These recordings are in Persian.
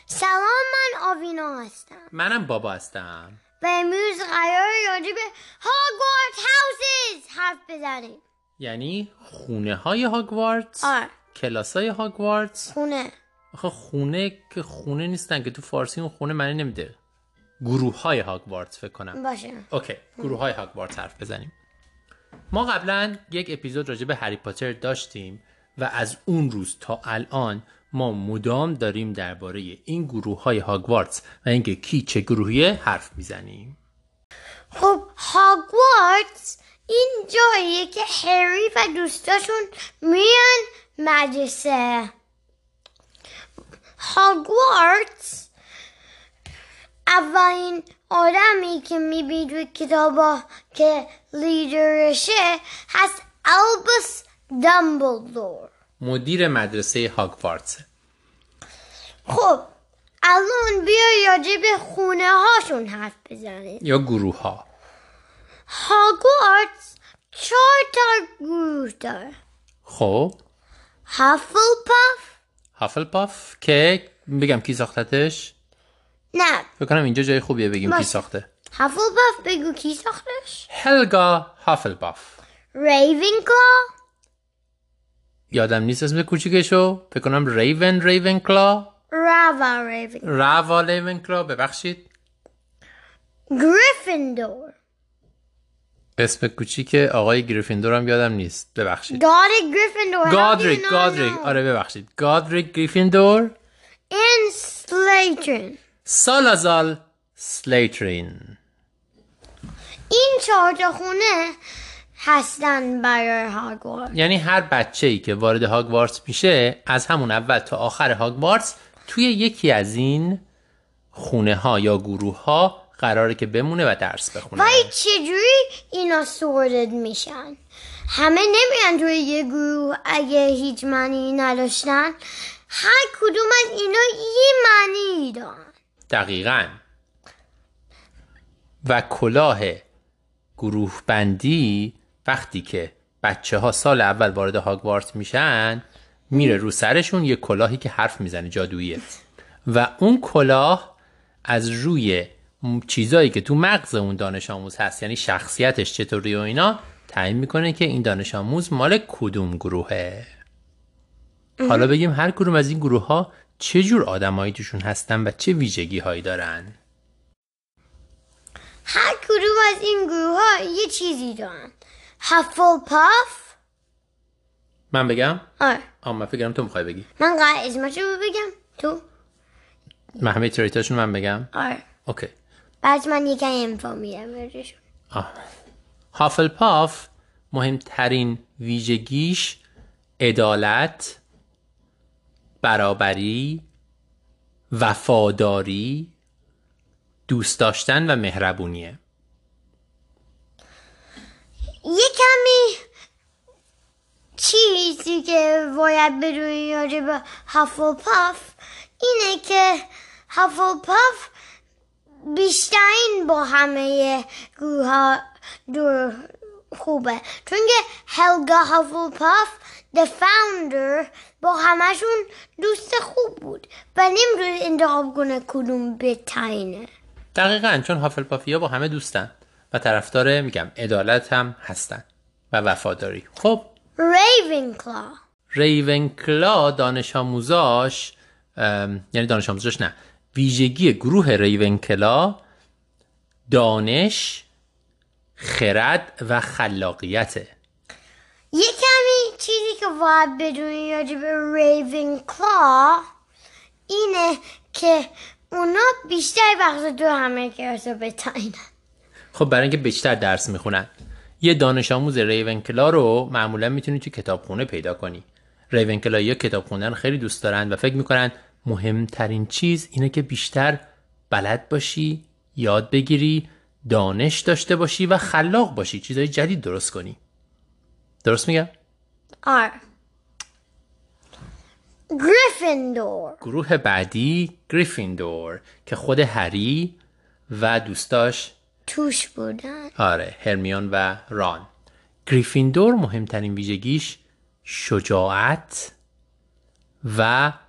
سلام، من آوینا هستم. منم بابا هستم. و امروز قراره راجع به هاگوارتس هاوسز حرف بزنیم. یعنی خونه های هاگوارتس؟ کلاس های هاگوارتس؟ خونه. آخه خونه که خونه نیستن که تو فارسی اون خونه معنی نمیده. گروه های هاگوارتس فکر کنم. باشه. اوکی، گروه های هاگوارتس حرف بزنیم. ما قبلا یک اپیزود راجع به هری پاتر داشتیم و از اون روز تا الان ما مدام داریم درباره این گروه های هاگوارتس و اینکه کی چه گروهیه حرف میزنیم. خب هاگوارتس این جاییه که هری و دوستاشون میان مدرسه. هاگوارتس اولین آدمی که میبینی توی کتابا که لیدرشه هست آلبوس دامبلدور، مدیر مدرسه هاگوارتس. خب الان بیا راجع به خونه هاشون حرف بزنیم یا گروه ها. هاگوارتس 4 تا گروه داره. خب هافلپاف که بگم کی ساختتش؟ نه فکر کنم اینجا جای خوبیه بگیم کی ساخته. هافلپاف بگو کی ساختش؟ هلگا هافلپاف. ریونکلا یادم نیست اسم کوچیکشو. فکر کنم ریونکلا. راوا ریونکلا. ببخشید. گریفیندور. اسم کوچیک آقای گریفیندور هم یادم نیست. ببخشید. گادریک. آره ببخشید. گادریک گریفیندور. این سلیترین. سالازال سلیترین. این 4 تا خونه هستن برای هاگوارتس. یعنی هر بچه‌ای که وارد هاگوارتس میشه از همون اول تا آخر هاگوارتس توی یکی از این خونه ها یا گروه ها قراره که بمونه و درس بخونه. ولی چجوری اینا سوردد میشن؟ همه نمیان توی یه گروه اگه هیچ معنی نداشتن. هر کدوم از اینا یه معنی دارن. دقیقاً. و کلاه گروه بندی وقتی که بچه ها سال اول وارد هاگوارتس میشن میره رو سرشون یه کلاهی که حرف میزنه جادوییه و اون کلاه از روی چیزایی که تو مغز اون دانش آموز هست، یعنی شخصیتش چطوری و اینا، تعیین میکنه که این دانش آموز مال کدوم گروهه. حالا بگیم هر کدوم از این گروه ها چه جور آدمایی توشون هستن و چه ویژگی هایی دارن. هر کدوم از این گروه ها یه چیزی دارن. هافلپاف. من بگم؟ من فکرم تو میخوای بگی. من قرار اسمشو بگم تو؟ من همه تریتاشون من بگم؟ اوکی. بعد من یکم انفا میدم برشون. هافلپاف مهمترین ویژگیش عدالت، برابری، وفاداری، دوست داشتن و مهربونیه. یه کمی چیزی که باید بدونی راجع به هافلپاف اینه که هافلپاف بیشترین با همه گروه ها دور خوبه، چون که هلگا هافلپاف the founder با همشون دوست خوب بود و نمیتونه انتخاب کنه کدوم بهترینه. دقیقاً، چون هافلپافیا با همه دوستن و طرفدار عدالت هم هستن و وفاداری. خب ریونکلا دانش آموزاش یعنی دانش آموزاش نه، ویژگی گروه ریونکلا دانش، خرد و خلاقیته. یه کمی چیزی که باید بدونی راجع به ریونکلا اینه که اونا بیشتر وقت تو همه کلاسا بهترینن. خب برای اینکه بیشتر درس میخونن. یه دانش آموز ریونکلا رو معمولا میتونی تو کتابخونه پیدا کنی. ریونکلایی‌ها کتاب خوندن خیلی دوست دارن و فکر میکنن مهمترین چیز اینه که بیشتر بلد باشی، یاد بگیری، دانش داشته باشی و خلاق باشی، چیزای جدید درست کنی. درست میگم؟ گریفیندور. گروه بعدی گریفیندور که خود هری و دوستاش توش بودن. هرمیون و ران. گریفیندور مهمترین ویژگیش شجاعت و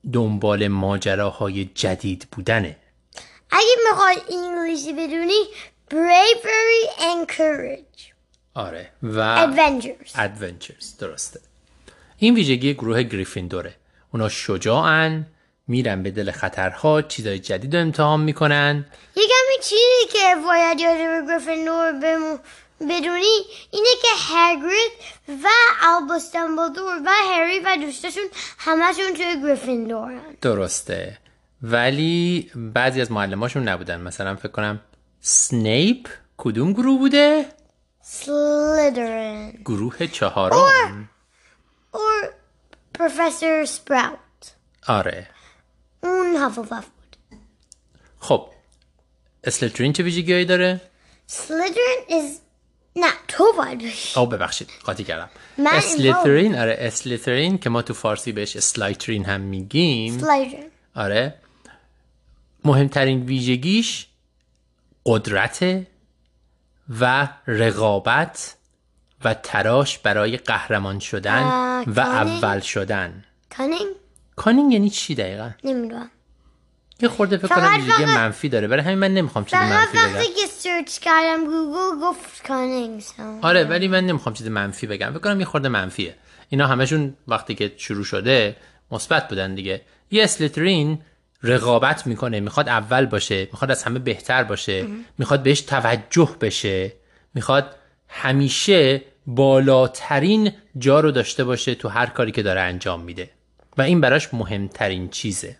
دنبال ماجراهای جدید بودنه. اگه میخوای انگلیسی بدونی bravery and courage. آره و adventures درسته. این ویژگی گروه گریفیندوره. اونا شجاعن، میرن به دل خطرها، چیزای جدید رو امتحان میکنن. یکمی چیزی که باید یاد به گریفیندور بدونی اینه که هاگرید و آلبوس دامبلدور و هری و دوستاشون همشون توی گریفیندورن. درسته، ولی بعضی از معلماشون نبودن. مثلا فکر کنم سنیپ کدوم گروه بوده؟ سلیدرین. گروه چهارم. or پروفسور سپراوت. آره. اون هافلپاف بود. خب اسلیترین چه ویژگی‌هایی داره؟ سلیدرین نه تو باید بگی. ببخشید قاطی کردم. اسلیترین، آره اسلیترین که ما تو فارسی بهش اسلایترین هم میگیم. سلیدرین. آره. مهمترین ویژگیش قدرت و رقابت و تلاش برای قهرمان شدن و اول شدن. کانینگ یعنی چی دقیقا؟ نمیدونم. یه خورده فکر کنم ویژگی منفی داره، برای همین من نمیخوام چیز منفی بگم. وقتی که سرچ کردم گوگل گفت کانینگ. آره ولی من نمیخوام چیز منفی بگم، فکر کنم یه خورده منفیه. اینا همشون وقتی که شروع شده مثبت بودن دیگه. یه اسلیترین رقابت میکنه، میخواد اول باشه، میخواد از همه بهتر باشه، میخواد بهش توجه بشه، میخواد همیشه بالاترین جا رو داشته باشه تو هر کاری که داره انجام میده و این براش مهمترین چیزه.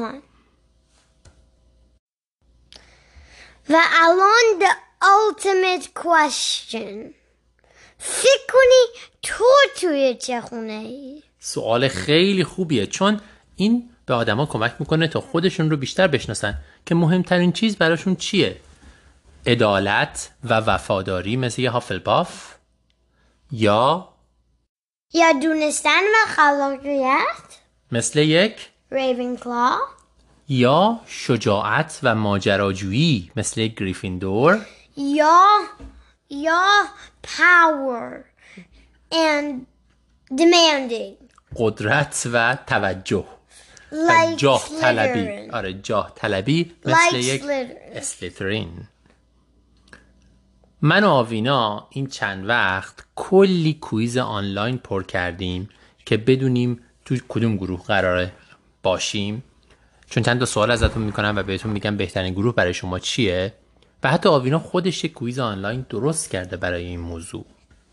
و الان the ultimate question. فکر کنی تو توی چه خونه ای؟ سوال خیلی خوبیه، چون این به آدما کمک میکنه تا خودشون رو بیشتر بشناسن که مهمترین چیز براشون چیه. عدالت و وفاداری مثل یه هافلپاف، یا دونستن و خلاقیت مثل یک ریونکلا، یا شجاعت و ماجراجویی مثل گریفیندور، یا power and demanding قدرت و توجه like جاه طلبی. Slytherin. آره جاه طلبی مثل like یک Slytherin. اسلیترین. من و آوینا این چند وقت کلی کویز آنلاین پر کردیم که بدونیم تو کدوم گروه قراره باشیم، چون چند تا سوال ازتون میکنم و بهتون میگم بهترین گروه برای شما چیه. و حتی آوینا خودش یک کویز آنلاین درست کرده برای این موضوع.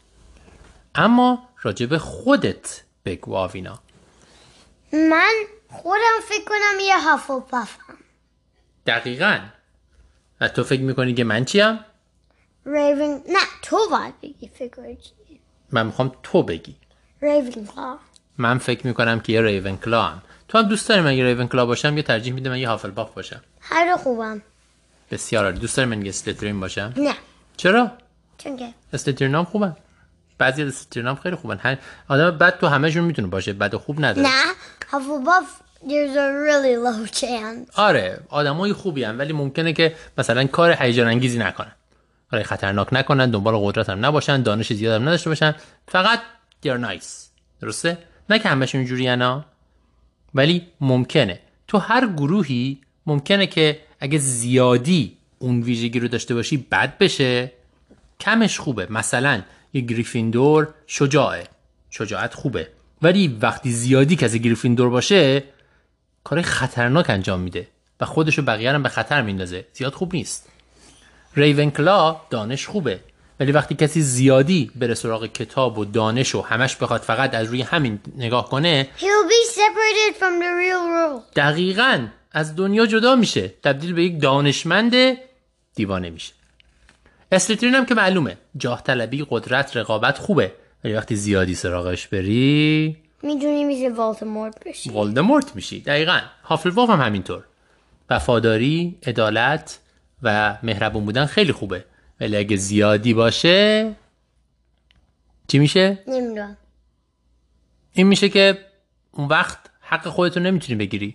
اما راجب خودت بگو آوینا. من خودم فکر کنم یه هافلپافم. دقیقاً. و تو فکر میکنی که من چیم؟ نه تو باید بگی فکر چی. من میخوام تو بگی. ریونکلا. من فکر میکنم که یه ریونکلا هم. تو هم دوست داری من یه ریونکلا باشم یا ترجیح میدی من یه هافلپاف باشم؟ هر دو خوبم. بسیار عالی. دوست داری من یه اسلیترین باشم؟ نه. چرا؟ چون که اسلیترین هم خوبن. بعضی از اسلیترین هم خیلی خوبن. آدم بد تو همه‌شون میتونه باشه، بد و خوب نداره. نه هافلپاف there's a really low chance. آره آدمای خوبی هم، ولی ممکنه که مثلا کار هیجان انگیزی نکنن، آره خطرناک نکنن، دنبال قدرت هم نباشن، دانش زیاد هم نداشته باشن، فقط they're nice. درسته؟ نه که همشون اینجوریانا، ولی ممکنه تو هر گروهی ممکنه که اگه زیادی اون ویژگی رو داشته باشی بد بشه، کمش خوبه. مثلا یه گریفیندور شجاعت خوبه، ولی وقتی زیادی کسی گریفیندور باشه کار خطرناک انجام میده و خودشو بقیه هم به خطر میندازه، زیاد خوب نیست. ریونکلا دانش خوبه، ولی وقتی کسی زیادی بره سراغ کتاب و دانش و همش بخواد فقط از روی همین نگاه کنه، he'll be separated from the real world. دقیقاً از دنیا جدا میشه، تبدیل به یک دانشمند دیوانه میشه. اسلیترین هم که معلومه جاه طلبی، قدرت، رقابت خوبه، ولی وقتی زیادی سراغش بری میدونی میشه ولدمورت میشی. دقیقاً. هافلپاف هم همینطور. وفاداری، عدالت و مهربون بودن خیلی خوبه، ولی اگه زیادی باشه چی میشه؟ نمیدونم. این میشه که اون وقت حق خودتو نمیتونی بگیری.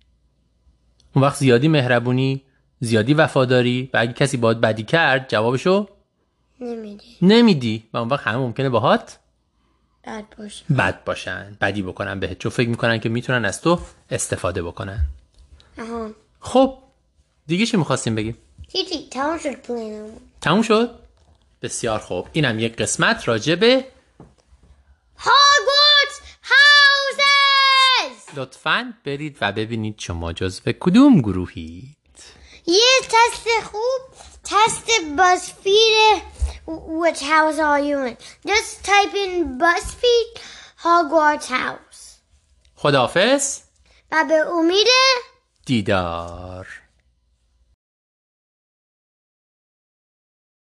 اون وقت زیادی مهربونی، زیادی وفاداری و اگه کسی باهات بدی کرد جوابشو نمیدی و اون وقت همه ممکنه باهات بد باشن، بدی بکنن بهت، چون فکر میکنن که میتونن از تو استفاده بکنن. خب دیگه چی میخواستیم بگیم؟ هیچی تمام شد پلینمون. تموم شد؟ بسیار خوب. اینم یک قسمت راجع به Hogwarts houses. لطفاً برید و ببینید شما جزو کدوم گروهید. یه تست خوب تست BuzzFeed. Which house are you in? Just type in BuzzFeed Hogwarts house. خداحافظ. و به امید دیدار.